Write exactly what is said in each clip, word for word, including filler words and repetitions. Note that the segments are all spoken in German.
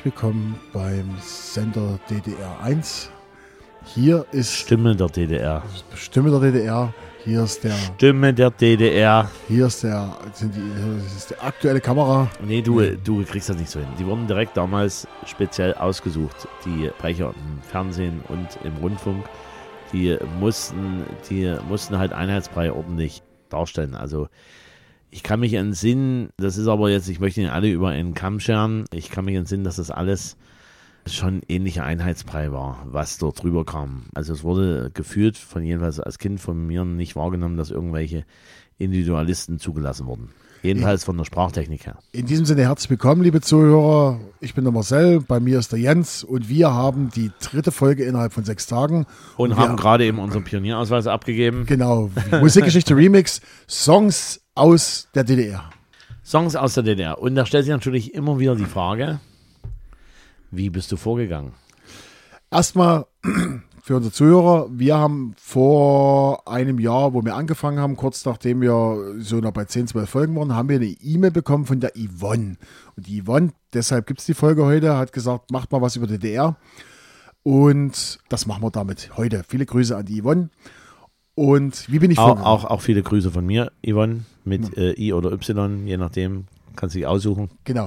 herzlich willkommen beim Sender D D R eins. Hier ist Stimme der D D R. Stimme der D D R. Hier ist der Stimme der D D R. Hier ist der, sind die, das ist die aktuelle Kamera. Nee, du, du kriegst das nicht so hin. Die wurden direkt damals speziell ausgesucht, die Brecher im Fernsehen und im Rundfunk. Die mussten, die mussten halt Einheitsbrei ordentlich darstellen. Also ich kann mich entsinnen, das ist aber jetzt, ich möchte nicht alle über einen Kamm scheren, ich kann mich entsinnen, dass das alles schon ähnlicher Einheitsbrei war, was dort drüber kam. Also es wurde gefühlt, von jedenfalls als Kind von mir nicht wahrgenommen, dass irgendwelche Individualisten zugelassen wurden. Jedenfalls von der Sprachtechnik her. In diesem Sinne herzlich willkommen, liebe Zuhörer. Ich bin der Marcel, bei mir ist der Jens und wir haben die dritte Folge innerhalb von sechs Tagen. Und, und haben gerade eben unseren Pionierausweis abgegeben. Genau, Musikgeschichte Remix, Songs aus der D D R. Songs aus der D D R. Und da stellt sich natürlich immer wieder die Frage, wie bist du vorgegangen? Erstmal für unsere Zuhörer, wir haben vor einem Jahr, wo wir angefangen haben, kurz nachdem wir so noch bei zehn, zwölf Folgen waren, haben wir eine E-Mail bekommen von der Yvonne. Und die Yvonne, deshalb gibt es die Folge heute, hat gesagt, macht mal was über D D R. Und das machen wir damit heute. Viele Grüße an die Yvonne. Und wie bin ich vorgegangen? Auch, auch, auch viele Grüße von mir, Yvonne, mit ja. äh, I oder Y, je nachdem, kannst du dich aussuchen. Genau.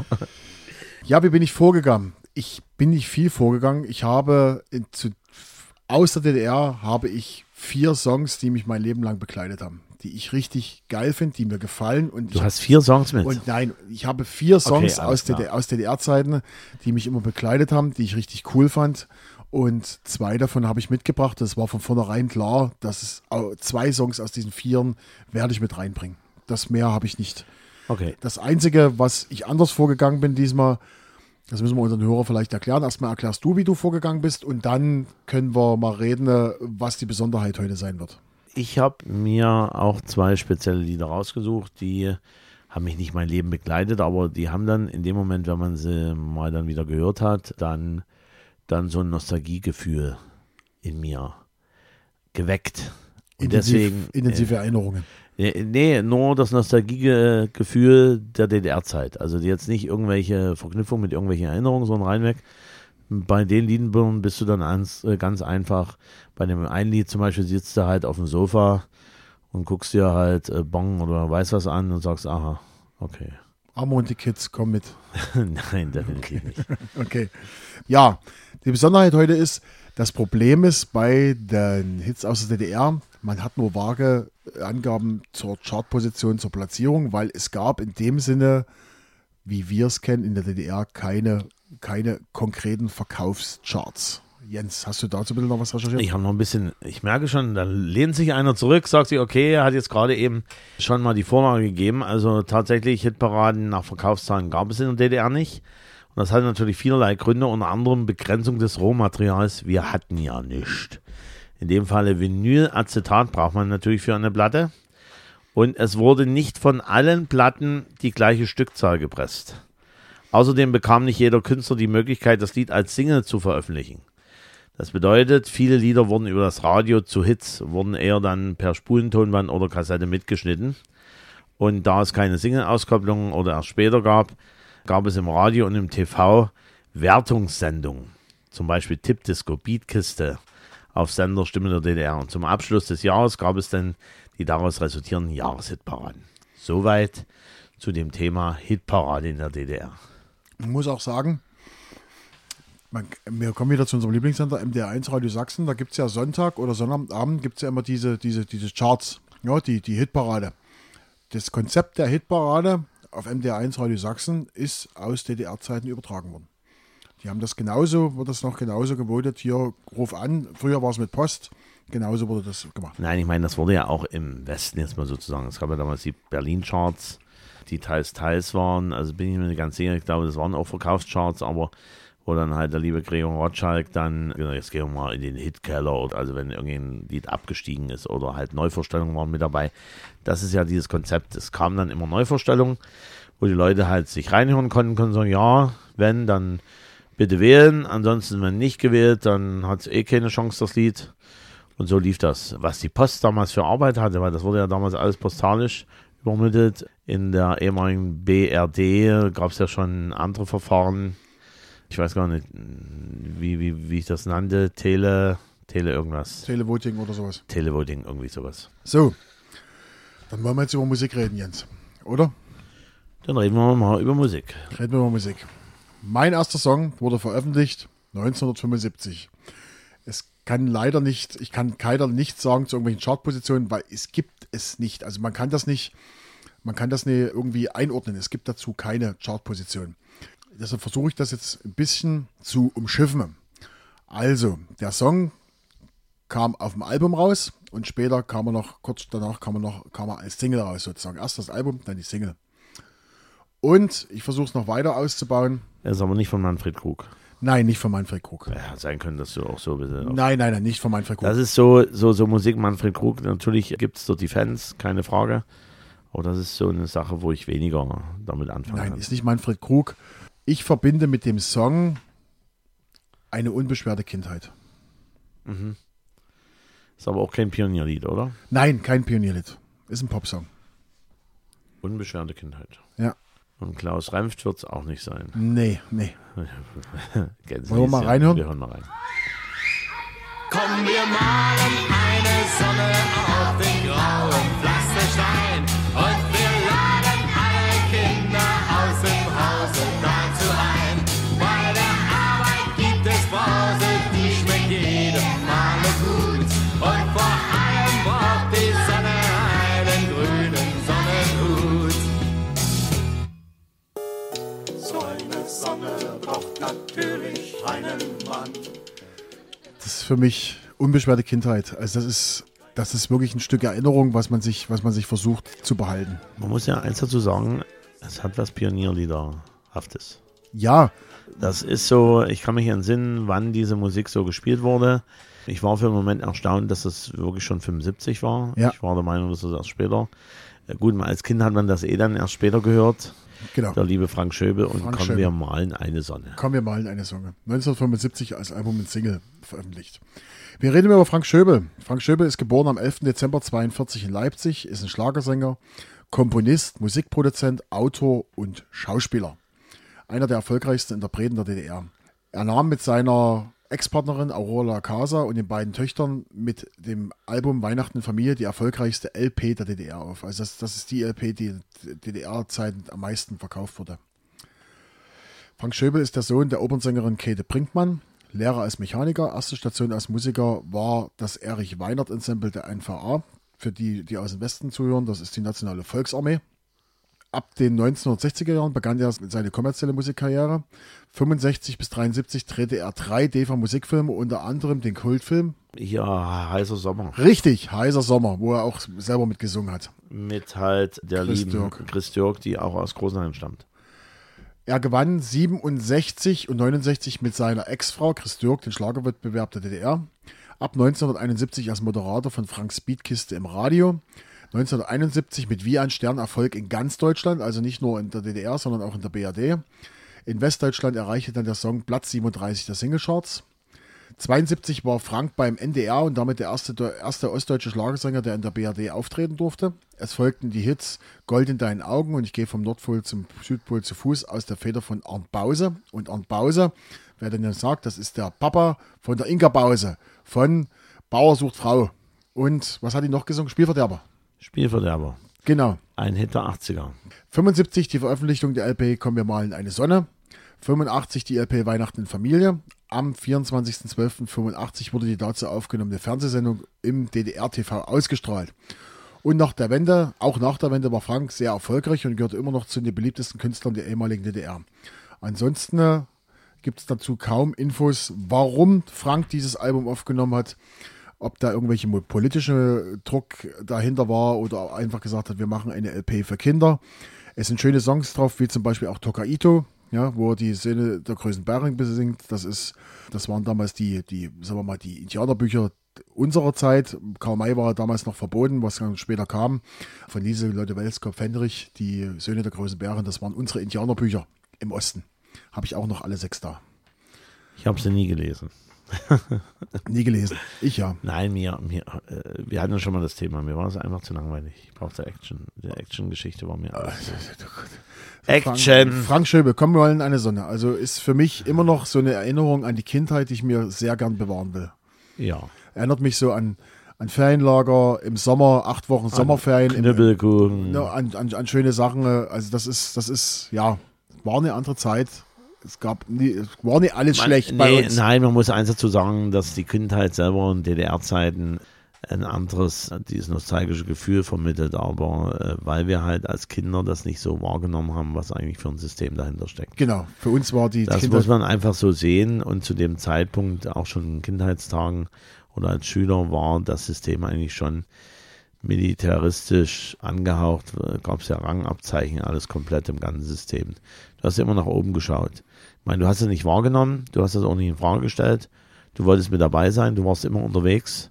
Ja, wie bin ich vorgegangen? Ich bin nicht viel vorgegangen. Ich habe in, zu, aus der D D R habe ich vier Songs, die mich mein Leben lang begleitet haben, die ich richtig geil finde, die mir gefallen. Und du ich, hast vier Songs mit? Und nein, ich habe vier Songs okay, aus, D D R, aus D D R-Zeiten, die mich immer begleitet haben, die ich richtig cool fand. Und zwei davon habe ich mitgebracht. Das war von vornherein klar, dass es zwei Songs aus diesen vieren werde ich mit reinbringen. Das mehr habe ich nicht. Okay. Das Einzige, was ich anders vorgegangen bin diesmal, das müssen wir unseren Hörer vielleicht erklären. Erstmal erklärst du, wie du vorgegangen bist und dann können wir mal reden, was die Besonderheit heute sein wird. Ich habe mir auch zwei spezielle Lieder rausgesucht, die haben mich nicht mein Leben begleitet, aber die haben dann in dem Moment, wenn man sie mal dann wieder gehört hat, dann, dann so ein Nostalgiegefühl in mir geweckt. Und Intensiv, deswegen, intensive äh, Erinnerungen. Nee, nur das Nostalgiegefühl der D D R-Zeit. Also jetzt nicht irgendwelche Verknüpfungen mit irgendwelchen Erinnerungen, sondern reinweg. Bei den Liedern bist du dann ganz einfach, bei dem einen Lied zum Beispiel sitzt du halt auf dem Sofa und guckst dir halt Bong oder weiß was an und sagst, aha, okay. Amo und die Kids, komm mit. Nein, definitiv nicht. Okay. Ja, die Besonderheit heute ist, das Problem ist bei den Hits aus der D D R, man hat nur vage Angaben zur Chartposition, zur Platzierung, weil es gab in dem Sinne, wie wir es kennen, in der D D R keine, keine konkreten Verkaufscharts. Jens, hast du dazu bitte noch was recherchiert? Ich habe noch ein bisschen, ich merke schon, da lehnt sich einer zurück, sagt sich, okay, er hat jetzt gerade eben schon mal die Vorlage gegeben. Also tatsächlich Hitparaden nach Verkaufszahlen gab es in der D D R nicht. Und das hat natürlich vielerlei Gründe, unter anderem Begrenzung des Rohmaterials. Wir hatten ja nichts. In dem Falle Vinylacetat braucht man natürlich für eine Platte. Und es wurde nicht von allen Platten die gleiche Stückzahl gepresst. Außerdem bekam nicht jeder Künstler die Möglichkeit, das Lied als Single zu veröffentlichen. Das bedeutet, viele Lieder wurden über das Radio zu Hits, wurden eher dann per Spulentonband oder Kassette mitgeschnitten. Und da es keine Single-Auskopplungen oder erst später gab, gab es im Radio und im T V Wertungssendungen. Zum Beispiel Tippdisco, Beatkiste auf Sender Stimme der D D R. Und zum Abschluss des Jahres gab es dann die daraus resultierenden Jahreshitparaden. Soweit zu dem Thema Hitparade in der D D R. Man muss auch sagen, man, wir kommen wieder zu unserem Lieblingssender M D R eins Radio Sachsen. Da gibt es ja Sonntag oder Sonnabend gibt es ja immer diese, diese, diese Charts, ja, die, die Hitparade. Das Konzept der Hitparade auf M D R eins Radio Sachsen ist aus D D R-Zeiten übertragen worden. Die haben das genauso, wird das noch genauso gewotet, hier ruf an, früher war es mit Post, genauso wurde das gemacht. Nein, ich meine, das wurde ja auch im Westen jetzt mal sozusagen, es gab ja damals die Berlin-Charts, die teils, teils waren, also bin ich mir nicht ganz sicher, ich glaube, das waren auch Verkaufscharts, aber wo dann halt der liebe Gregor Rotschalk dann, jetzt gehen wir mal in den Hitkeller, also wenn irgendein Lied abgestiegen ist oder halt Neuvorstellungen waren mit dabei, das ist ja dieses Konzept, es kamen dann immer Neuvorstellungen, wo die Leute halt sich reinhören konnten, konnten sagen, ja, wenn, dann bitte wählen, ansonsten wenn nicht gewählt, dann hat es eh keine Chance, das Lied. Und so lief das. Was die Post damals für Arbeit hatte, weil das wurde ja damals alles postalisch übermittelt. In der ehemaligen B R D gab es ja schon andere Verfahren. Ich weiß gar nicht, wie, wie, wie ich das nannte. Tele, Tele irgendwas. Televoting oder sowas. Televoting, irgendwie sowas. So, dann wollen wir jetzt über Musik reden, Jens. Oder? Dann reden wir mal über Musik. Reden wir über Musik. Mein erster Song wurde veröffentlicht neunzehnhundertfünfundsiebzig. Es kann leider nicht, ich kann keiner nichts sagen zu irgendwelchen Chartpositionen, weil es gibt es nicht. Also man kann das nicht, man kann das nicht irgendwie einordnen. Es gibt dazu keine Chartposition. Deshalb versuche ich das jetzt ein bisschen zu umschiffen. Also, der Song kam auf dem Album raus und später kam er noch, kurz danach kam er noch, kam er als Single raus sozusagen. Erst das Album, dann die Single. Und ich versuche es noch weiter auszubauen. Er ist aber nicht von Manfred Krug. Nein, nicht von Manfred Krug. Ja, sein können, dass du auch so ein bisschen. Nein, nein, nein, nicht von Manfred Krug. Das ist so, so, so Musik Manfred Krug. Natürlich gibt es dort die Fans, keine Frage. Aber das ist so eine Sache, wo ich weniger damit anfangen Nein, kann. ist nicht Manfred Krug. Ich verbinde mit dem Song eine unbeschwerte Kindheit. Mhm. Ist aber auch kein Pionierlied, oder? Nein, kein Pionierlied. Ist ein Popsong. Unbeschwerte Kindheit. Ja. Und Klaus Remft wird es auch nicht sein. Nee, nee. Gänse Wollen wir mal ja, reinhören? Wir hören mal rein. Komm, wir malen eine Sonne auf den grauen Pflasterstein und wir laden alle Kinder aus dem Hause dazu ein. Bei der Arbeit gibt es Brause, die schmeckt jedem Male gut. Und vor allem braucht die Sonne einen grünen Sonnenhut. So eine Sonne braucht natürlich einen Mann. Das ist für mich unbeschwerte Kindheit. Also das ist, das ist wirklich ein Stück Erinnerung, was man sich, was man sich versucht zu behalten. Man muss ja eins dazu sagen, es hat was Pionierliederhaftes. Ja, Das ist so, ich kann mich entsinnen, wann diese Musik so gespielt wurde. Ich war für einen Moment erstaunt, dass es wirklich schon fünfundsiebzig war. Ja. Ich war der Meinung, dass es erst später. Gut, als Kind hat man das eh dann erst später gehört. genau. Der liebe Frank Schöbel und Frank Komm, Schöbel. wir malen eine Sonne. Kommen wir mal in eine Song. neunzehnhundertfünfundsiebzig als Album und Single veröffentlicht. Wir reden über Frank Schöbel. Frank Schöbel ist geboren am elften Dezember zweiundvierzig in Leipzig, ist ein Schlagersänger, Komponist, Musikproduzent, Autor und Schauspieler. Einer der erfolgreichsten Interpreten der D D R. Er nahm mit seiner Ex-Partnerin Aurora Casa und den beiden Töchtern mit dem Album Weihnachten in Familie die erfolgreichste L P der D D R auf. Also das, das ist die L P, die in der D D R-Zeiten am meisten verkauft wurde. Frank Schöbel ist der Sohn der Opernsängerin Käthe Brinkmann, Lehrer als Mechaniker. Erste Station als Musiker war das Erich Weinert Ensemble der N V A. Für die, die aus dem Westen zuhören, das ist die Nationale Volksarmee. Ab den neunzehnhundertsechziger Jahren begann er seine kommerzielle Musikkarriere. fünfundsechzig bis dreiundsiebzig drehte er drei D V-Musikfilme, unter anderem den Kultfilm. Ja, heißer Sommer. Richtig, Heißer Sommer, wo er auch selber mitgesungen hat. Mit halt der Chris lieben Dirk. Chris Dirk, die auch aus Großenheim stammt. Er gewann siebenundsechzig und neunundsechzig mit seiner Ex-Frau Chris Dirk den Schlagerwettbewerb der D D R. Ab neunzehnhunderteinundsiebzig als Moderator von Frank Speedkiste im Radio. neunzehnhunderteinundsiebzig mit Wie ein Stern Erfolg in ganz Deutschland, also nicht nur in der D D R, sondern auch in der B R D. In Westdeutschland erreichte dann der Song Platz siebenunddreißig der Singlecharts. zweiundsiebzig war Frank beim N D R und damit der erste, der erste ostdeutsche Schlagersänger, der in der B R D auftreten durfte. Es folgten die Hits Gold in deinen Augen und Ich gehe vom Nordpol zum Südpol zu Fuß aus der Feder von Arndt Bause. Und Arndt Bause, wer denn jetzt sagt, das ist der Papa von der Inga Bause von Bauer sucht Frau. Und was hat die noch gesungen? Spielverderber. Spielverderber. Genau. Ein Hit der achtziger. fünfundsiebzig die Veröffentlichung der L P Komm, wir malen eine Sonne. fünfundachtzig die L P Weihnachten in Familie. Am vierundzwanzigster zwölfter fünfundachtzig wurde die dazu aufgenommene Fernsehsendung im D D R-T V ausgestrahlt. Und nach der Wende, auch nach der Wende, war Frank sehr erfolgreich und gehörte immer noch zu den beliebtesten Künstlern der ehemaligen D D R. Ansonsten äh, gibt es dazu kaum Infos, warum Frank dieses Album aufgenommen hat. Ob da irgendwelche politische Druck dahinter war oder einfach gesagt hat, wir machen eine L P für Kinder. Es sind schöne Songs drauf, wie zum Beispiel auch Tokaito, ja, wo er die Söhne der größten Bären besingt. Das ist, das waren damals die, die, sagen wir mal, die Indianerbücher unserer Zeit. Karl May war damals noch verboten, was dann später kam. Von Liese, Leute Welskopf, Henrich, die Söhne der größten Bären, das waren unsere Indianerbücher im Osten. Habe ich auch noch alle sechs da. Ich habe sie nie gelesen. Nie gelesen. Ich ja. Nein, mir, mir äh, wir hatten ja schon mal das Thema, mir war es einfach zu langweilig. Ich brauchte Action. Die Action-Geschichte war mir alles so. Action! Frank, Frank Schöbe, komm mal in eine Sonne. Also ist für mich immer noch so eine Erinnerung an die Kindheit, die ich mir sehr gern bewahren will. Ja. Erinnert mich so an, an Ferienlager im Sommer, acht Wochen Sommerferien. Knüppelkuchen. Im, an, an, an schöne Sachen. Also das ist, das ist, ja, war eine andere Zeit. Es gab nie, es war nicht alles Man, schlecht nee, bei uns. Nein, man muss eins dazu sagen, dass die Kindheit selber in D D R-Zeiten ein anderes, dieses nostalgische Gefühl vermittelt, aber äh, weil wir halt als Kinder das nicht so wahrgenommen haben, was eigentlich für ein System dahinter steckt. Genau, für uns war die Das Kindheit, muss man einfach so sehen und zu dem Zeitpunkt, auch schon in Kindheitstagen oder als Schüler, war das System eigentlich schon militaristisch angehaucht, gab es ja Rangabzeichen, alles komplett im ganzen System. Du hast immer nach oben geschaut. Ich meine, du hast es nicht wahrgenommen, du hast das auch nicht in Frage gestellt, du wolltest mit dabei sein, du warst immer unterwegs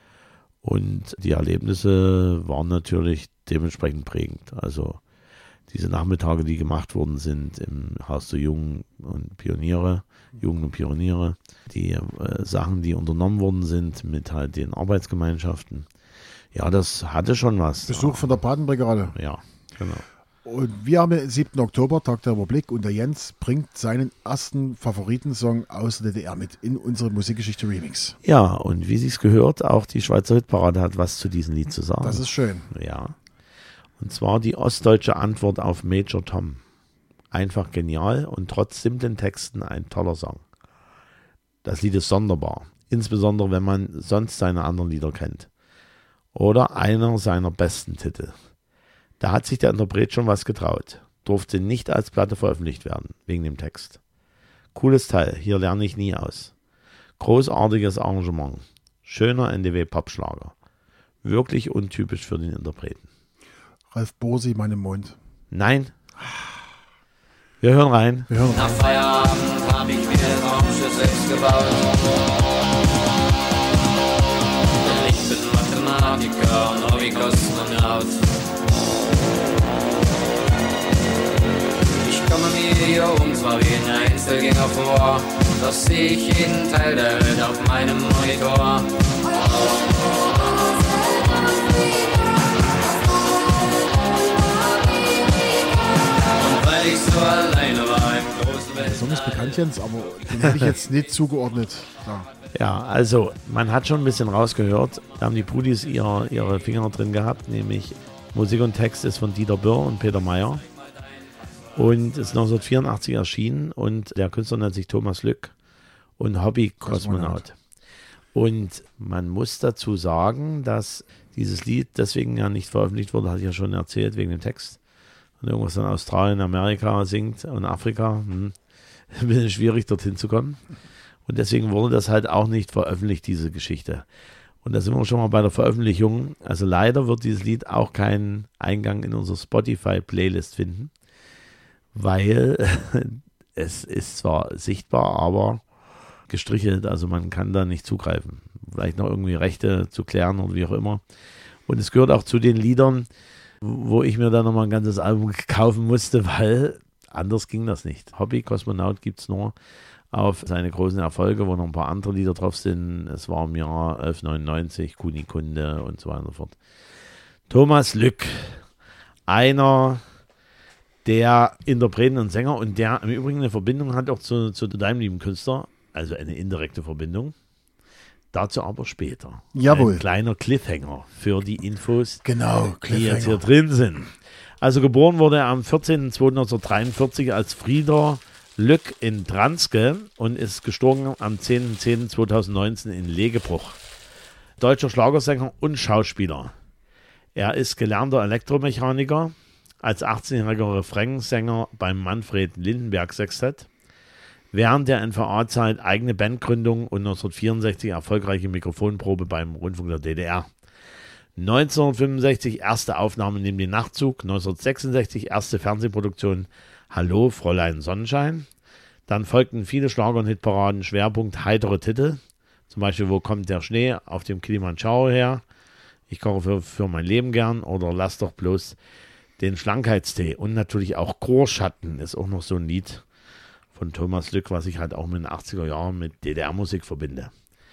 und die Erlebnisse waren natürlich dementsprechend prägend. Also diese Nachmittage, die gemacht worden sind im Haus der Jungen und Pioniere, Jugend und Pioniere, die äh, Sachen, die unternommen worden sind mit halt den Arbeitsgemeinschaften, ja, das hatte schon was. Besuch von der Patenbrigade. Ja, genau. Und wir haben den siebten Oktober, Tag der Republik, und der Jens bringt seinen ersten Favoritensong aus der D D R mit in unsere Musikgeschichte Remix. Ja, und wie sich's gehört, auch die Schweizer Hitparade hat was zu diesem Lied zu sagen. Das ist schön. Ja. Und zwar die ostdeutsche Antwort auf Major Tom. Einfach genial und trotz simplen Texten ein toller Song. Das Lied ist sonderbar, insbesondere wenn man sonst seine anderen Lieder kennt. Oder einer seiner besten Titel. Da hat sich der Interpret schon was getraut. Durfte nicht als Platte veröffentlicht werden, wegen dem Text. Cooles Teil, hier lerne ich nie aus. Großartiges Arrangement. Schöner N D W-Popschlager. Wirklich untypisch für den Interpreten. Ralf Bosi, Mann im Mond. Nein. Wir hören rein. Wir hören Nach Feierabend hab ich mir den Raumschiff selbst gebaut. Ich bin Mathematiker und Hobby-Kosmonaut. Ich komme mir hier um zwar wie ein Einzelgänger vor, doch sehe ich jeden Teil der Welt auf meinem Monitor. Und weil ich so alleine war im großen Welt. Der Song ist bekannt, Jens, aber den hätte ich jetzt nicht zugeordnet. Ja. Ja, also man hat schon ein bisschen rausgehört. Da haben die Pudis ihr, ihre Finger drin gehabt, nämlich Musik und Text ist von Dieter Birr und Peter Meyer und ist neunzehnhundertvierundachtzig erschienen und der Künstler nennt sich Thomas Lück und Hobby-Kosmonaut. Und man muss dazu sagen, dass dieses Lied deswegen ja nicht veröffentlicht wurde, hatte ich ja schon erzählt, wegen dem Text. Und irgendwas in Australien, Amerika singt und Afrika, hm, ein bisschen schwierig dorthin zu kommen. Und deswegen wurde das halt auch nicht veröffentlicht, diese Geschichte. Und da sind wir schon mal bei der Veröffentlichung. Also leider wird dieses Lied auch keinen Eingang in unsere Spotify-Playlist finden, weil es ist zwar sichtbar, aber gestrichelt. Also man kann da nicht zugreifen. Vielleicht noch irgendwie Rechte zu klären oder wie auch immer. Und es gehört auch zu den Liedern, wo ich mir dann nochmal ein ganzes Album kaufen musste, weil anders ging das nicht. Hobby-Kosmonaut gibt es nur auf seine großen Erfolge, wo noch ein paar andere Lieder drauf sind. Es war im Jahr elfhundertneunundneunzig, Kunikunde und so weiter und so fort. Thomas Lück, einer der Interpreten und Sänger und der im Übrigen eine Verbindung hat auch zu, zu deinem lieben Künstler, also eine indirekte Verbindung. Dazu aber später. Jawohl. Ein kleiner Cliffhanger für die Infos, Genau, die jetzt hier Cliffhanger. drin sind. Also geboren wurde er am vierzehnten zweiten neunzehnhundertdreiundvierzig als Frieder Lück in Dranske und ist gestorben am zehnten zehnten zweitausendneunzehn in Legebruch. Deutscher Schlagersänger und Schauspieler. Er ist gelernter Elektromechaniker, als achtzehnjähriger Refrainsänger beim Manfred Lindenberg Sextett. Während der N V A-Zeit eigene Bandgründung und neunzehnhundertvierundsechzig erfolgreiche Mikrofonprobe beim Rundfunk der D D R. neunzehnhundertfünfundsechzig erste Aufnahme neben den Nachtzug, neunzehnhundertsechsundsechzig erste Fernsehproduktion Hallo, Fräulein Sonnenschein. Dann folgten viele Schlager- und Hitparaden, Schwerpunkt heitere Titel. Zum Beispiel Wo kommt der Schnee auf dem Kilimanjaro her? Ich koche für, für mein Leben gern oder Lass doch bloß den Schlankheitstee. Und natürlich auch Chorschatten ist auch noch so ein Lied von Thomas Lück, was ich halt auch mit den achtziger Jahren mit D D R-Musik verbinde.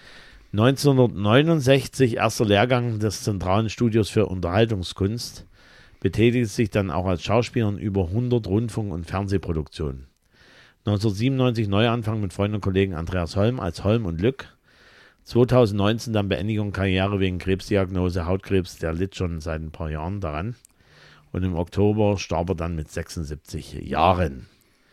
neunzehnhundertneunundsechzig, erster Lehrgang des Zentralen Studios für Unterhaltungskunst, betätigte sich dann auch als Schauspieler in über hundert Rundfunk- und Fernsehproduktionen. neunzehnhundertsiebenundneunzig Neuanfang mit Freund und Kollegen Andreas Holm als Holm und Lück. zweitausendneunzehn dann Beendigung Karriere wegen Krebsdiagnose, Hautkrebs, der litt schon seit ein paar Jahren daran. Und im Oktober starb er dann mit sechsundsiebzig Jahren.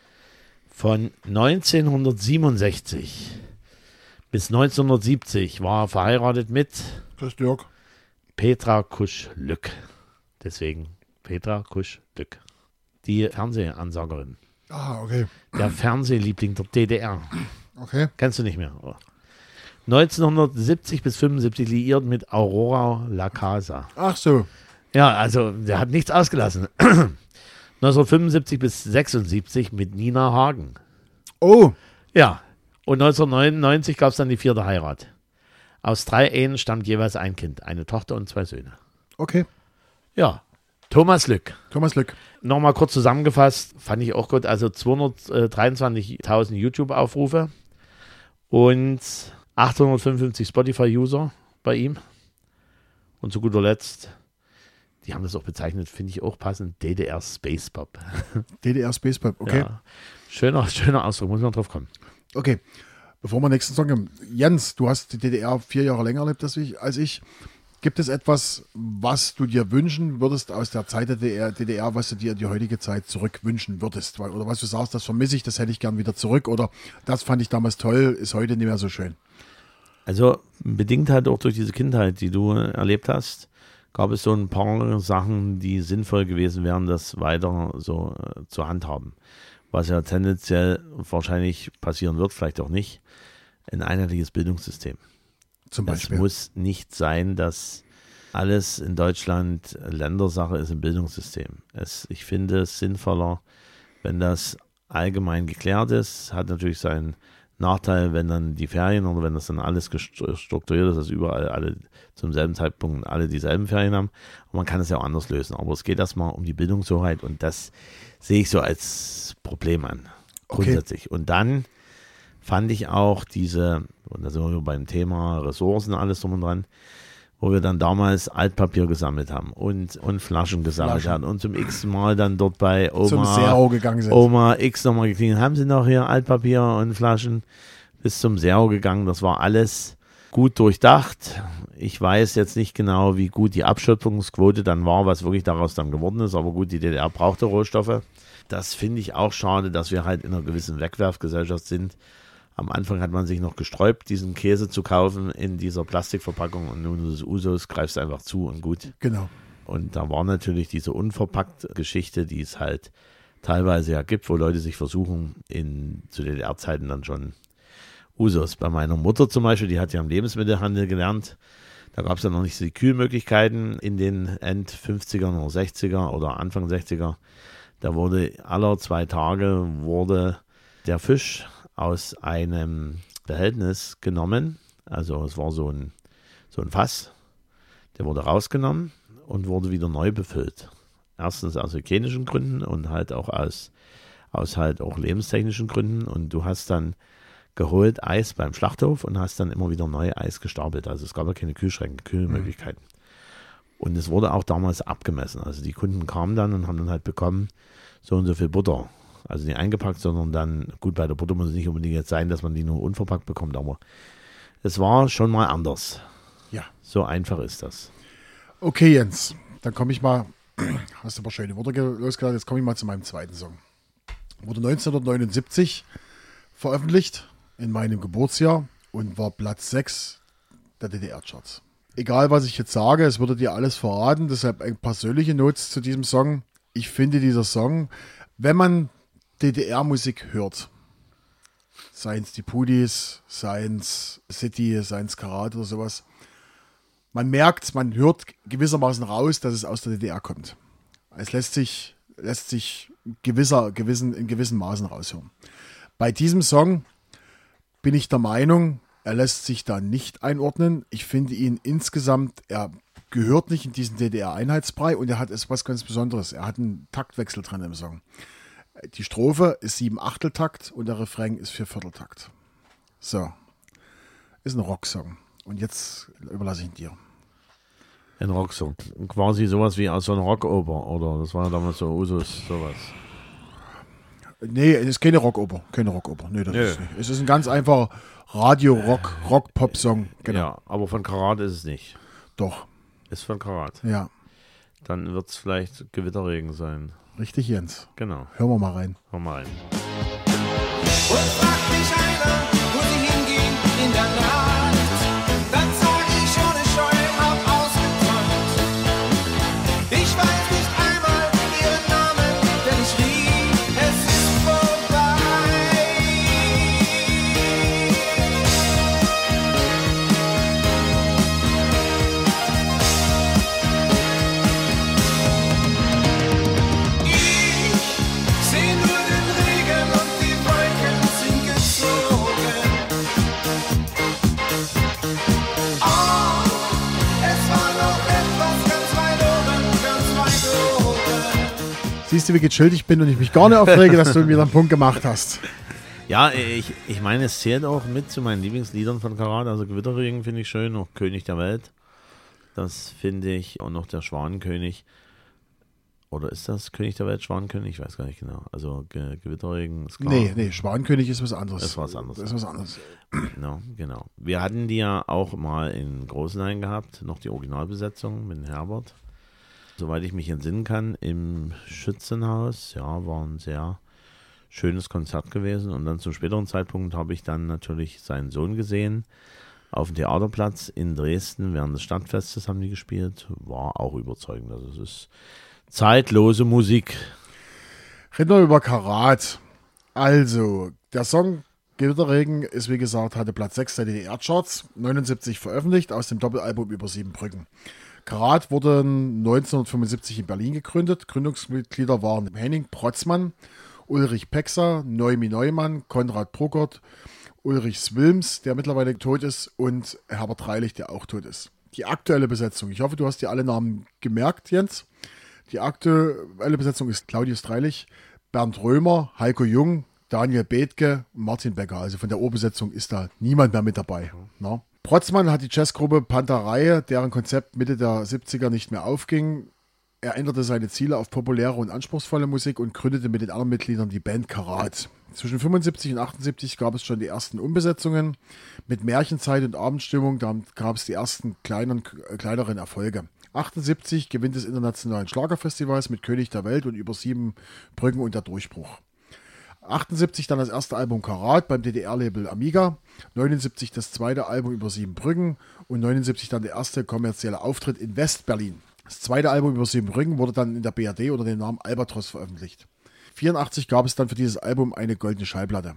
Von neunzehnhundertsiebenundsechzig bis neunzehnhundertsiebzig war er verheiratet mit Grüß Dirk. Petra Kusch-Lück. Deswegen Petra Kusch-Lück. Die Fernsehansagerin. Ah, okay. Der Fernsehliebling der D D R. Okay. Kennst du nicht mehr, oder? neunzehnhundertsiebzig bis fünfundsiebzig liiert mit Aurora La Casa. Ach so. Ja, also der hat nichts ausgelassen. neunzehnhundertfünfundsiebzig bis sechsundsiebzig mit Nina Hagen. Oh, Ja, und neunzehnhundertneunundneunzig gab es dann die vierte Heirat. Aus drei Ehen stammt jeweils ein Kind, eine Tochter und zwei Söhne. okay. Ja, Thomas Lück. Thomas Lück. Nochmal kurz zusammengefasst, fand ich auch gut, also zweihundertdreiundzwanzigtausend YouTube-Aufrufe und achthundertfünfundfünfzig Spotify-User bei ihm. Und zu guter Letzt, die haben das auch bezeichnet, finde ich auch passend, D D R Space Pop. D D R Space Pop, okay. Ja, schöner, schöner Ausdruck, muss man drauf kommen. Okay. Bevor wir nächsten Song haben. Jens, du hast die D D R vier Jahre länger erlebt als ich. Als ich. Gibt es etwas, was du dir wünschen würdest aus der Zeit der D D R, D D R, was du dir in die heutige Zeit zurückwünschen würdest? Weil, oder was du sagst, das vermisse ich, das hätte ich gern wieder zurück. Oder das fand ich damals toll, ist heute nicht mehr so schön. Also bedingt halt auch durch diese Kindheit, die du erlebt hast, gab es so ein paar Sachen, die sinnvoll gewesen wären, das weiter so äh, zu handhaben. Was ja tendenziell wahrscheinlich passieren wird, vielleicht auch nicht, ein einheitliches Bildungssystem. Zum Es Beispiel. muss nicht sein, dass alles in Deutschland Ländersache ist im Bildungssystem. Es, ich finde es sinnvoller, wenn das allgemein geklärt ist. Hat natürlich seinen Nachteil, wenn dann die Ferien oder wenn das dann alles strukturiert ist, dass überall alle zum selben Zeitpunkt alle dieselben Ferien haben. Und man kann es ja auch anders lösen. Aber es geht erstmal um die Bildungshoheit und das sehe ich so als Problem an. Grundsätzlich. Okay. Und dann fand ich auch diese, und da sind wir beim Thema Ressourcen, alles drum und dran, wo wir dann damals Altpapier gesammelt haben und, und Flaschen gesammelt Flaschen. haben und zum x Mal dann dort bei Oma, Zum Zero gegangen sind. Oma X nochmal geklingelt. Haben Sie noch hier Altpapier und Flaschen? Bis zum Zero gegangen. Das war alles gut durchdacht. Ich weiß jetzt nicht genau, wie gut die Abschöpfungsquote dann war, was wirklich daraus dann geworden ist. Aber gut, die D D R brauchte Rohstoffe. Das finde ich auch schade, dass wir halt in einer gewissen Wegwerfgesellschaft sind. Am Anfang hat man sich noch gesträubt, diesen Käse zu kaufen in dieser Plastikverpackung und nun des Usos greifst einfach zu und gut. Genau. Und da war natürlich diese unverpackt Geschichte, die es halt teilweise ja gibt, wo Leute sich versuchen, in zu D D R-Zeiten dann schon Usos. Bei meiner Mutter zum Beispiel, die hat ja im Lebensmittelhandel gelernt, da gab es ja noch nicht so die Kühlmöglichkeiten in den End fünfziger oder sechziger oder Anfang sechziger. Da wurde aller zwei Tage wurde der Fisch aus einem Behältnis genommen, also es war so ein, so ein Fass, der wurde rausgenommen und wurde wieder neu befüllt. Erstens aus hygienischen Gründen und halt auch aus, aus halt auch lebenstechnischen Gründen und du hast dann geholt Eis beim Schlachthof und hast dann immer wieder neu Eis gestapelt, also es gab ja keine Kühlschränke, Kühlmöglichkeiten. Mhm. Und es wurde auch damals abgemessen, also die Kunden kamen dann und haben dann halt bekommen, so und so viel Butter. Also nicht eingepackt, sondern dann, gut, bei der Butter muss es nicht unbedingt jetzt sein, dass man die nur unverpackt bekommt, aber es war schon mal anders. Ja. So einfach ist das. Okay, Jens, dann komme ich mal, hast du ein paar schöne Worte losgelassen, jetzt komme ich mal zu meinem zweiten Song. Wurde neunzehnhundertneunundsiebzig veröffentlicht, in meinem Geburtsjahr und war Platz sechs der D D R-Charts. Egal, was ich jetzt sage, es würde dir alles verraten, deshalb eine persönliche Note zu diesem Song. Ich finde dieser Song, wenn man D D R-Musik hört, seien es die Pudis, seien es City, seien es Karat oder sowas, man merkt, man hört gewissermaßen raus, dass es aus der D D R kommt. Es lässt sich, lässt sich gewisser, gewissen, in gewissen Maßen raushören. Bei diesem Song bin ich der Meinung, er lässt sich da nicht einordnen. Ich finde ihn insgesamt, er gehört nicht in diesen D D R-Einheitsbrei und er hat etwas ganz Besonderes. Er hat einen Taktwechsel drin im Song. Die Strophe ist sieben Achteltakt und der Refrain ist vier Vierteltakt. So. Ist ein Rocksong. Und jetzt überlasse ich ihn dir. Ein Rocksong. Quasi sowas wie aus so einer Rockoper, oder? Das war ja damals so Usus, sowas. Nee, es ist keine Rockoper. Keine Rockoper. Nee, das Nö. ist nicht. Es ist ein ganz einfacher Radio-Rock, Rock-Pop-Song. Genau. Ja, aber von Karat ist es nicht. Doch. Ist von Karat. Ja. Dann wird es vielleicht Gewitterregen sein. Richtig, Jens. Genau. Hören wir mal rein. Hör mal rein. Und fragt mich einer, wo sie hingehen in der Nacht, dann sag ich ohne Scheu, hab ausgeträumt. Ich weiß nicht einmal ihren Namen, denn ich rief, es ist vorbei. Ich seh nur den Regen und die Wolken sind gezogen. Oh, es war noch etwas ganz weit oben, ganz weit oben. Siehst du, wie gechillt ich bin und ich mich gar nicht aufrege, dass du wieder einen Punkt gemacht hast. Ja, ich, ich meine, es zählt auch mit zu meinen Lieblingsliedern von Karat. Also Gewitterregen finde ich schön, auch König der Welt. Das finde ich. Und noch der Schwanenkönig. Oder ist das König der Welt, Schwanenkönig? Ich weiß gar nicht genau. Also Ge Gewitterregen ist klar. Nee, nee, Schwanenkönig ist was anderes. Das ist was anderes. Das ist was anderes. Genau, genau. Wir hatten die ja auch mal in Großenhain gehabt, noch die Originalbesetzung mit Herbert. Soweit ich mich entsinnen kann, im Schützenhaus. Ja, war ein sehr schönes Konzert gewesen. Und dann zum späteren Zeitpunkt habe ich dann natürlich seinen Sohn gesehen. Auf dem Theaterplatz in Dresden während des Stadtfestes haben die gespielt. War auch überzeugend. Also es ist zeitlose Musik. Reden wir über Karat. Also, der Song Gewitterregen ist, wie gesagt, hatte Platz sechs der D D R-Charts, neunundsiebzig veröffentlicht, aus dem Doppelalbum Über sieben Brücken. Karat wurde neunzehnhundertfünfundsiebzig in Berlin gegründet. Gründungsmitglieder waren Henning Protzmann, Ulrich Pexer, Neumi Neumann, Konrad Bruckert, Ulrich Swilms, der mittlerweile tot ist, und Herbert Dreilich, der auch tot ist. Die aktuelle Besetzung, ich hoffe, du hast dir alle Namen gemerkt, Jens. Die aktuelle Besetzung ist Claudius Dreilich, Bernd Römer, Heiko Jung, Daniel Bethke und Martin Becker. Also von der Urbesetzung ist da niemand mehr mit dabei. Na? Protzmann hat die Jazzgruppe Panterei, deren Konzept Mitte der siebziger nicht mehr aufging. Er änderte seine Ziele auf populäre und anspruchsvolle Musik und gründete mit den anderen Mitgliedern die Band Karat. Zwischen fünfundsiebzig und achtundsiebzig gab es schon die ersten Umbesetzungen. Mit Märchenzeit und Abendstimmung da gab es die ersten kleinen, kleineren Erfolge. achtundsiebzig gewinnt des internationalen Schlagerfestivals mit König der Welt und Über sieben Brücken und der Durchbruch. achtundsiebzig dann das erste Album Karat beim D D R-Label Amiga, neunundsiebzig das zweite Album Über sieben Brücken und neunundsiebzig dann der erste kommerzielle Auftritt in West-Berlin. Das zweite Album Über sieben Brücken wurde dann in der B R D unter dem Namen Albatros veröffentlicht. vierundachtzig gab es dann für dieses Album eine goldene Schallplatte.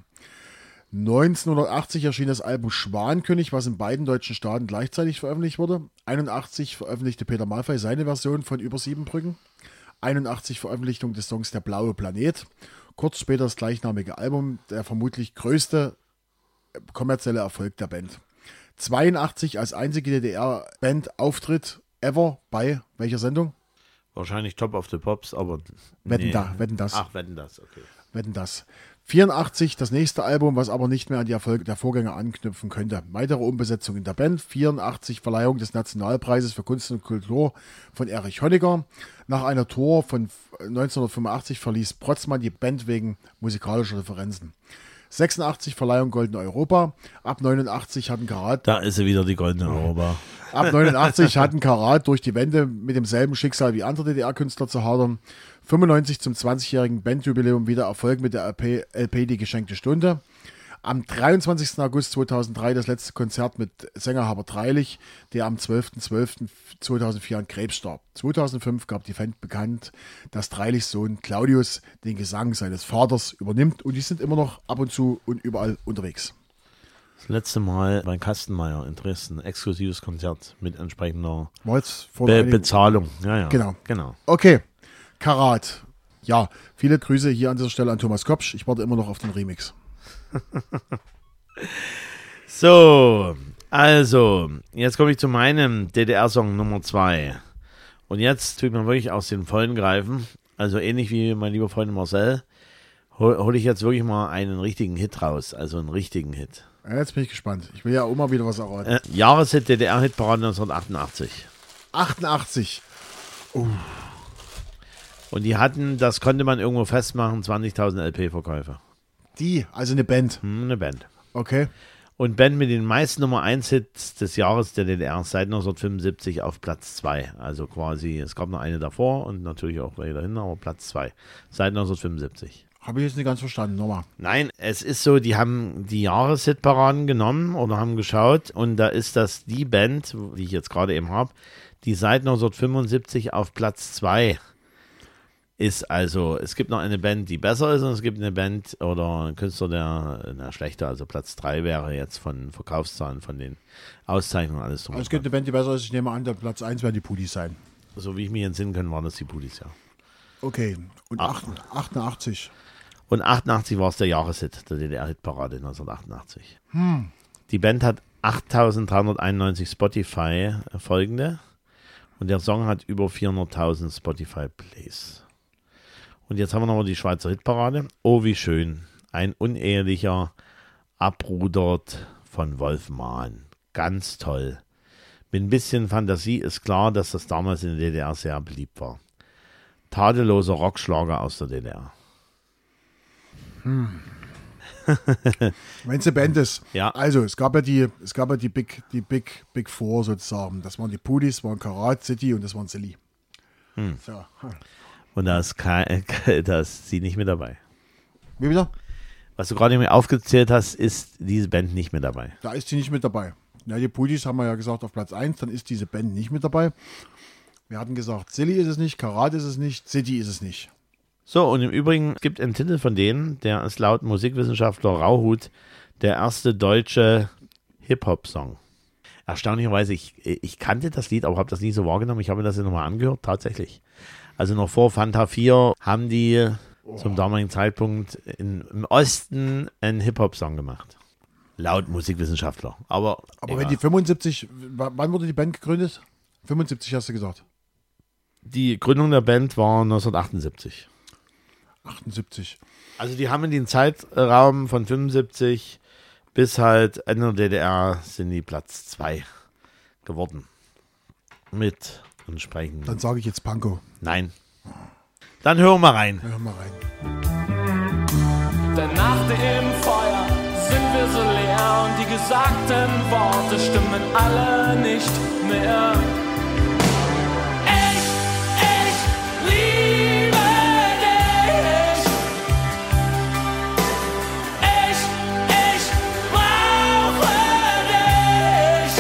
neunzehnhundertachtzig erschien das Album Schwanenkönig, was in beiden deutschen Staaten gleichzeitig veröffentlicht wurde. einundachtzig veröffentlichte Peter Maffay seine Version von Über sieben Brücken. einundachtzig Veröffentlichung des Songs Der blaue Planet. Kurz später das gleichnamige Album, der vermutlich größte kommerzielle Erfolg der Band. zweiundachtzig als einzige D D R-Band Auftritt ever bei welcher Sendung? Wahrscheinlich Top of the Pops, aber Wetten nee. da, wetten das. Ach, wetten das, okay. Wetten das. vierundachtzig das nächste Album, was aber nicht mehr an die Erfolge der Vorgänger anknüpfen könnte. Weitere Umbesetzung in der Band. vierundachtzig Verleihung des Nationalpreises für Kunst und Kultur von Erich Honecker. Nach einer Tour von neunzehnhundertfünfundachtzig verließ Protzmann die Band wegen musikalischer Differenzen. sechsundachtzig Verleihung Goldene Europa. Ab neunundachtzig hatten Karat. Da ist sie wieder, die Goldene Europa. Ab neunundachtzig hatten Karat durch die Wende mit demselben Schicksal wie andere D D R-Künstler zu hadern. fünfundneunzig zum zwanzigjährigen Bandjubiläum wieder Erfolg mit der L P, L P Die geschenkte Stunde. Am dreiundzwanzigsten August zweitausenddrei das letzte Konzert mit Sänger Herbert Dreilich, der am zwölften zwölften zweitausendvier an Krebs starb. zweitausendfünf gab die Band bekannt, dass Dreilichs Sohn Claudius den Gesang seines Vaters übernimmt, und die sind immer noch ab und zu und überall unterwegs. Das letzte Mal bei Kastenmeier in Dresden, exklusives Konzert mit entsprechender War jetzt vor Be einigen- Bezahlung. Ja, ja. Genau. genau. Okay, Karat. Ja, viele Grüße hier an dieser Stelle an Thomas Kopsch. Ich warte immer noch auf den Remix. So, also, jetzt komme ich zu meinem D D R-Song Nummer zwei. Und jetzt tut man wirklich aus den Vollen greifen. Also ähnlich wie mein lieber Freund Marcel. hol, hol ich jetzt wirklich mal einen richtigen Hit raus, also einen richtigen Hit. Ja, jetzt bin ich gespannt. Ich will ja auch mal wieder was erraten. Äh, Jahreshit D D R-Hitparade neunzehnhundertachtundachtzig. achtundachtzig. Und die hatten, das konnte man irgendwo festmachen, zwanzigtausend L P-Verkäufe. Die, also eine Band. Hm, eine Band. Okay. Und Band mit den meisten Nummer eins Hits des Jahres der D D R seit neunzehnhundertfünfundsiebzig auf Platz zwei. Also quasi, es gab noch eine davor und natürlich auch welche dahinter, aber Platz zwei. Seit neunzehnhundertfünfundsiebzig. Habe ich jetzt nicht ganz verstanden. Nochmal. Nein, es ist so, die haben die Jahreshitparaden genommen oder haben geschaut und da ist das die Band, die ich jetzt gerade eben habe, die seit neunzehnhundertfünfundsiebzig auf Platz zwei ist. Also, es gibt noch eine Band, die besser ist und es gibt eine Band oder ein Künstler, der na, schlechter, also Platz drei wäre jetzt von Verkaufszahlen, von den Auszeichnungen und alles drum. Also es gibt eine Band, die besser ist. Ich nehme an, der Platz eins werden die Pudis sein. So wie ich mich entsinnen kann, waren das die Pudis, ja. Okay. Und Ach. achtundachtzig. Und achtundachtzig war es der Jahreshit, der D D R-Hitparade neunzehnhundertachtundachtzig. Hm. Die Band hat achttausenddreihunderteinundneunzig Spotify-Folgende und der Song hat über vierhunderttausend Spotify-Plays. Und jetzt haben wir nochmal die Schweizer Hitparade. Oh, wie schön. Ein unehelicher abrudert von Wolf Mahn. Ganz toll. Mit ein bisschen Fantasie ist klar, dass das damals in der D D R sehr beliebt war. Tadelloser Rockschlager aus der D D R. Hm. Wenn es eine Band ist. Ja. Also, es gab ja die, es gab ja die Big, die Big, Big Four sozusagen. Das waren die Pudis, waren Karat, City und das waren Silly. Hm. So. Und da ist, kein, da ist sie nicht mit dabei. Wie wieder? Was du gerade mir aufgezählt hast, ist diese Band nicht mit dabei. Da ist sie nicht mit dabei. Ja, die Pudis haben wir ja gesagt auf Platz eins, dann ist diese Band nicht mit dabei. Wir hatten gesagt, Silly ist es nicht, Karat ist es nicht, City ist es nicht. So, und im Übrigen gibt es einen Titel von denen, der ist laut Musikwissenschaftler Rauhut der erste deutsche Hip-Hop-Song. Erstaunlicherweise, ich, ich kannte das Lied, aber habe das nie so wahrgenommen. Ich habe mir das ja nochmal angehört, tatsächlich. Also noch vor Fanta vier haben die oh. zum damaligen Zeitpunkt in, im Osten einen Hip-Hop-Song gemacht. Laut Musikwissenschaftler. Aber, aber egal. wenn die fünfundsiebzig, wann wurde die Band gegründet? fünfundsiebzig hast du gesagt. Die Gründung der Band war neunzehnhundertachtundsiebzig. achtundsiebzig. Also die haben in den Zeitraum von fünfundsiebzig bis halt Ende der D D R sind die Platz zwei geworden. Mit entsprechend. Dann sage ich jetzt Panko. Nein. Dann hören wir rein. Hör mal rein. Denn nach dem Feuer sind wir so leer und die gesagten Worte stimmen alle nicht mehr. Ich, ich liebe dich. Ich, ich brauche dich.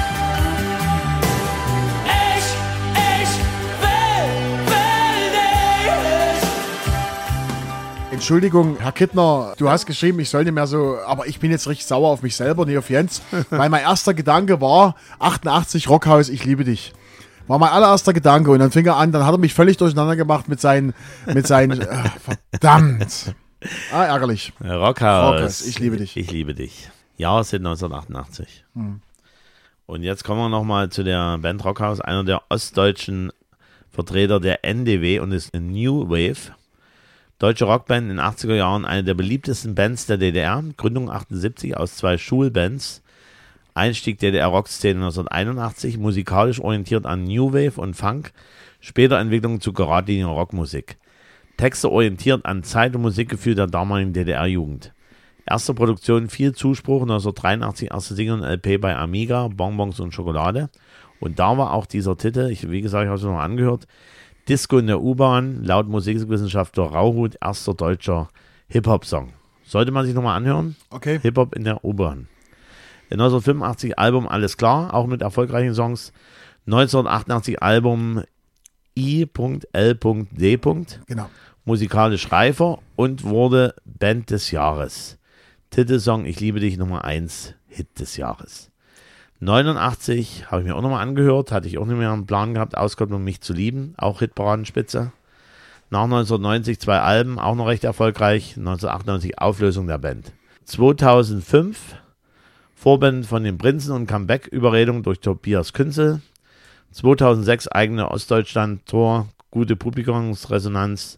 Ich, ich will, will dich. Entschuldigung, Herr Kittner, du hast geschrieben, ich soll nicht mehr so, aber ich bin jetzt richtig sauer auf mich selber, nicht auf Jens, weil mein erster Gedanke war, achtundachtzig Rockhaus, ich liebe dich. War mein allererster Gedanke und dann fing er an, dann hat er mich völlig durcheinander gemacht mit seinen, mit seinen, äh, verdammt. Ah, ärgerlich. Rockhaus. Rockhaus, ich liebe dich. Ich liebe dich. Jahressit neunzehnhundertachtundachtzig. Hm. Und jetzt kommen wir nochmal zu der Band Rockhaus, einer der ostdeutschen Vertreter der N D W und ist eine New Wave. Deutsche Rockband in den achtziger Jahren, eine der beliebtesten Bands der D D R. Gründung achtundsiebzig aus zwei Schulbands. Einstieg D D R-Rockszene neunzehnhunderteinundachtzig, musikalisch orientiert an New Wave und Funk. Später Entwicklung zu geradliniger Rockmusik. Texte orientiert an Zeit- und Musikgefühl der damaligen D D R-Jugend. Erste Produktion, viel Zuspruch, neunzehnhundertdreiundachtzig, erste Single und L P bei Amiga, Bonbons und Schokolade. Und da war auch dieser Titel, ich, wie gesagt, ich habe es noch angehört, Disco in der U-Bahn, laut Musikwissenschaftler Rauhut, erster deutscher Hip-Hop-Song. Sollte man sich nochmal anhören? Okay. Hip-Hop in der U-Bahn. neunzehnhundertfünfundachtzig Album Alles klar, auch mit erfolgreichen Songs. neunzehnhundertachtundachtzig Album I L D. Genau. Musikalisch reifer und wurde Band des Jahres. Titelsong Ich liebe dich Nummer eins, Hit des Jahres. neunundachtzig habe ich mir auch nochmal angehört, hatte ich auch nicht mehr einen Plan gehabt, Auskopplung Mich zu lieben, auch Hitparadenspitze. Nach neunzehnhundertneunzig zwei Alben, auch noch recht erfolgreich. neunzehnhundertachtundneunzig Auflösung der Band. zweitausendfünf Vorband von den Prinzen und Comeback, Überredung durch Tobias Künzel. zweitausendsechs eigene Ostdeutschland-Tour, gute Publikumsresonanz.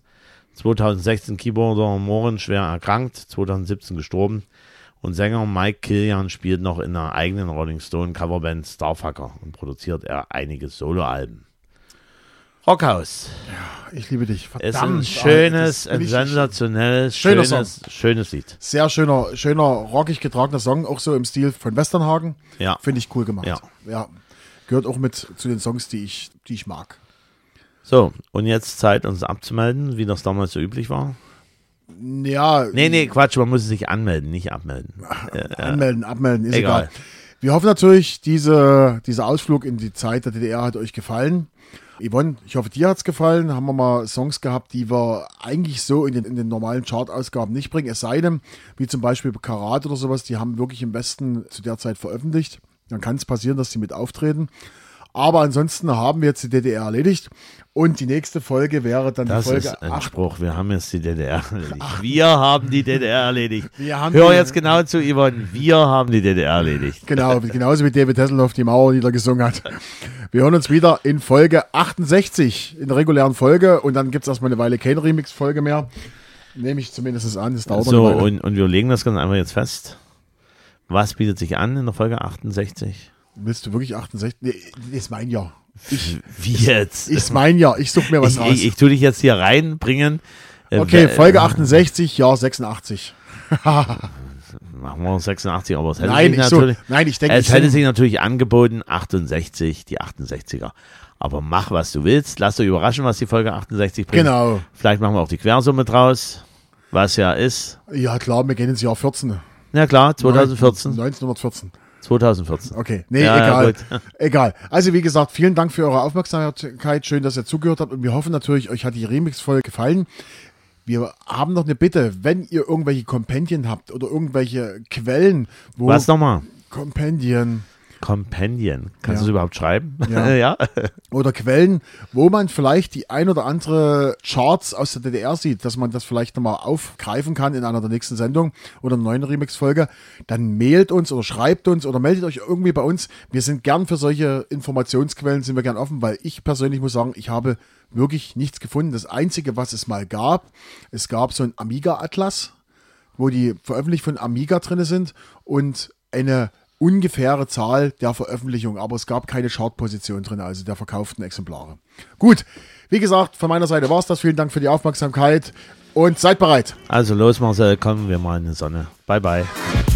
zweitausendsechzehn Keyboarder Mohren schwer erkrankt, zweitausendsiebzehn gestorben. Und Sänger Mike Killian spielt noch in einer eigenen Rolling Stone Coverband Starfucker und produziert er einige Soloalben. Rockhaus. Ich liebe dich. Es ist Verdammt. ein schönes, Alter, ein das bin ich- sensationelles, Schöner schönes, schönes Lied. Sehr schöner, schöner, rockig getragener Song, auch so im Stil von Westernhagen. Ja. Finde ich cool gemacht. Ja. ja. Gehört auch mit zu den Songs, die ich, die ich mag. So, und jetzt Zeit, uns abzumelden, wie das damals so üblich war. Ja. Nee, nee, Quatsch, man muss sich anmelden, nicht abmelden. Anmelden, abmelden, ist Egal. egal. Wir hoffen natürlich, diese, dieser Ausflug in die Zeit der D D R hat euch gefallen. Yvonne, ich hoffe, dir hat's gefallen. Haben wir mal Songs gehabt, die wir eigentlich so in den, in den normalen Chart-Ausgaben nicht bringen. Es sei denn, wie zum Beispiel Karat oder sowas, die haben wirklich im Westen zu der Zeit veröffentlicht. Dann kann es passieren, dass die mit auftreten. Aber ansonsten haben wir jetzt die D D R erledigt. Und die nächste Folge wäre dann Das die Folge ist ein acht. Spruch, wir haben jetzt die D D R erledigt. Wir haben die D D R erledigt. Wir haben Hör die- jetzt genau zu, Yvonne, wir haben die D D R erledigt. Genau, genauso wie David Hasselhoff die Mauerlieder gesungen hat. Wir hören uns wieder in Folge achtundsechzig, in der regulären Folge. Und dann gibt es erstmal eine Weile keine Remix-Folge mehr. Nehme ich zumindest an. Das dauert So, eine Weile. und, und wir legen das ganz einfach jetzt fest. Was bietet sich an in der Folge achtundsechzig? Willst du wirklich achtundsechzig? Nee, das ist mein Jahr. Ich, Wie jetzt? ist mein Jahr. Ich suche mir was Ich, raus. ich, ich tue dich jetzt hier reinbringen. Äh, okay, wer- Folge achtundsechzig, Jahr sechsundachtzig. Machen wir sechsundachtzig, aber es hätte, Nein, sich, ich so, natürlich, nein, ich denke, es ich hätte denk- sich natürlich angeboten, achtundsechzig, die achtundsechziger. Aber mach, was du willst. Lass dich überraschen, was die Folge achtundsechzig bringt. Genau. Vielleicht machen wir auch die Quersumme draus, was ja ist. Ja, klar, wir gehen ins Jahr vierzehn. Ja klar, zweitausendvierzehn. neunzehnhundertvierzehn. zweitausendvierzehn. Okay, nee, Ja, ja, egal. gut. Egal. Also wie gesagt, vielen Dank für eure Aufmerksamkeit. Schön, dass ihr zugehört habt. Und wir hoffen natürlich, euch hat die Remix-Folge gefallen. Wir haben noch eine Bitte, wenn ihr irgendwelche Kompendien habt oder irgendwelche Quellen, wo Was nochmal? Kompendien Companion. Kannst Ja. du es überhaupt schreiben? Ja. ja. oder Quellen, wo man vielleicht die ein oder andere Charts aus der D D R sieht, dass man das vielleicht nochmal aufgreifen kann in einer der nächsten Sendungen oder einer neuen Remix-Folge, dann mailt uns oder schreibt uns oder meldet euch irgendwie bei uns. Wir sind gern für solche Informationsquellen, sind wir gern offen, weil ich persönlich muss sagen, ich habe wirklich nichts gefunden. Das Einzige, was es mal gab, es gab so ein Amiga-Atlas, wo die veröffentlicht von Amiga drin sind und eine ungefähre Zahl der Veröffentlichung, aber es gab keine Chartposition drin, also der verkauften Exemplare. Gut, wie gesagt, von meiner Seite war es das. Vielen Dank für die Aufmerksamkeit und seid bereit. Also los, Marcel, kommen wir mal in die Sonne. Bye, bye.